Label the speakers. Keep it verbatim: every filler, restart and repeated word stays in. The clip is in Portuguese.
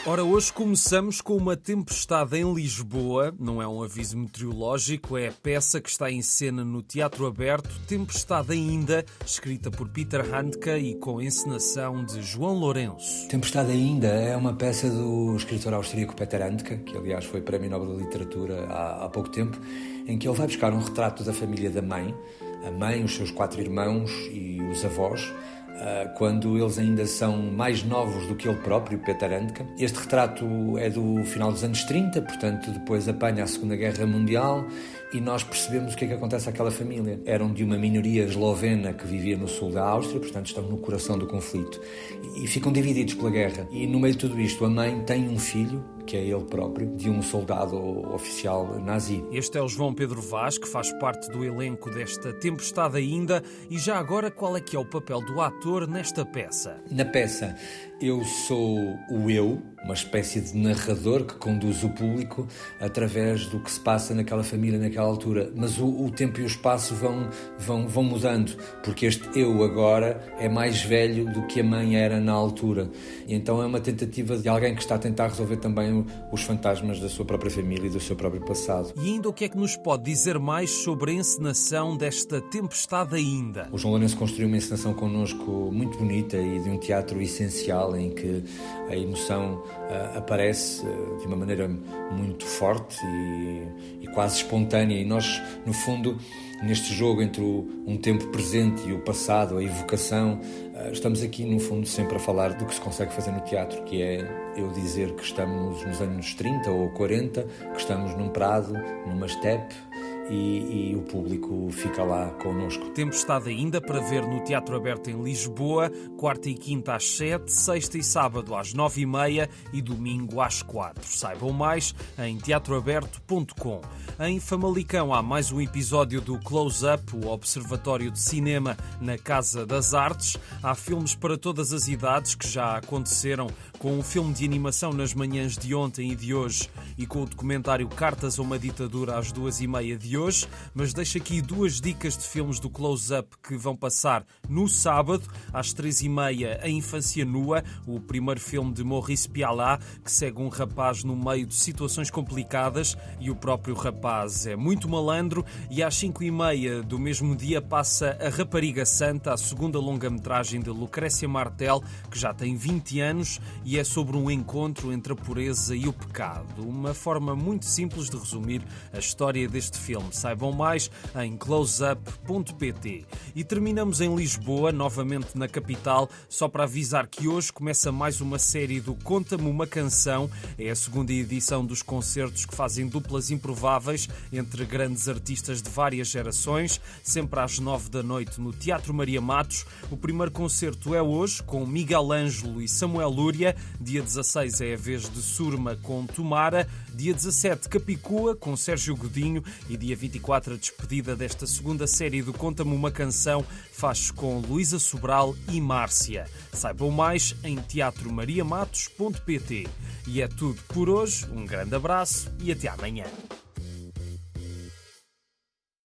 Speaker 1: Ora, hoje começamos com uma tempestade em Lisboa. Não é um aviso meteorológico, é a peça que está em cena no Teatro Aberto, Tempestade Ainda, escrita por Peter Handke e com encenação de João Lourenço.
Speaker 2: Tempestade Ainda é uma peça do escritor austríaco Peter Handke, que aliás foi Prémio Nobel da Literatura há, há pouco tempo, em que ele vai buscar um retrato da família da mãe, a mãe, os seus quatro irmãos e os avós, quando eles ainda são mais novos do que ele próprio, Peter Handke. Este retrato é do final dos anos trinta, portanto depois apanha a Segunda Guerra Mundial e nós percebemos o que é que acontece àquela família. Eram de uma minoria eslovena que vivia no sul da Áustria, portanto estão no coração do conflito e ficam divididos pela guerra. E no meio de tudo isto a mãe tem um filho, que é ele próprio, de um soldado oficial nazi.
Speaker 1: Este é o João Pedro Vaz, que faz parte do elenco desta Tempestade Ainda. E já agora, qual é que é o papel do ator nesta peça?
Speaker 2: Na peça, eu sou o eu, uma espécie de narrador que conduz o público através do que se passa naquela família naquela altura. Mas o, o tempo e o espaço vão, vão, vão mudando, porque este eu agora é mais velho do que a mãe era na altura. E então é uma tentativa de alguém que está a tentar resolver também os fantasmas da sua própria família e do seu próprio passado.
Speaker 1: E ainda o que é que nos pode dizer mais sobre a encenação desta Tempestade Ainda?
Speaker 2: O João Lourenço construiu uma encenação connosco muito bonita e de um teatro essencial em que a emoção uh, aparece uh, de uma maneira muito forte e, e quase espontânea. E nós, no fundo, neste jogo entre o, um tempo presente e o passado, a evocação, uh, estamos aqui, no fundo, sempre a falar do que se consegue fazer no teatro, que é eu dizer que estamos nos anos trinta ou quarenta, que estamos num prado, numa steppe, E, e o público fica lá connosco.
Speaker 1: Tempestade Ainda para ver no Teatro Aberto em Lisboa, quarta e quinta às sete, sexta e sábado às nove e meia e domingo às quatro. Saibam mais em teatro aberto ponto com. Em Famalicão há mais um episódio do Close Up, o Observatório de Cinema na Casa das Artes. Há filmes para todas as idades que já aconteceram, com o filme de animação nas manhãs de ontem e de hoje e com o documentário Cartas a uma Ditadura às duas e meia de hoje, mas deixo aqui duas dicas de filmes do Close Up que vão passar no sábado, às três e meia, A Infância Nua, o primeiro filme de Maurice Pialat, que segue um rapaz no meio de situações complicadas e o próprio rapaz é muito malandro, e às cinco e meia do mesmo dia passa A Rapariga Santa, a segunda longa-metragem de Lucrécia Martel, que já tem vinte anos e é sobre um encontro entre a pureza e o pecado. Uma forma muito simples de resumir a história deste filme. Saibam mais em close up ponto pt. E terminamos em Lisboa, novamente na capital, só para avisar que hoje começa mais uma série do Conta-me uma Canção. É a segunda edição dos concertos que fazem duplas improváveis entre grandes artistas de várias gerações, sempre às nove da noite no Teatro Maria Matos. O primeiro concerto é hoje, com Miguel Ângelo e Samuel Lúria. Dia dezasseis é a vez de Surma com Tomara. Dia dezassete, Capicua, com Sérgio Godinho. E dia vinte e quatro, a despedida desta segunda série do Conta-me uma Canção, faz com Luísa Sobral e Márcia. Saibam mais em teatro maria matos ponto pt. E é tudo por hoje. Um grande abraço e até amanhã.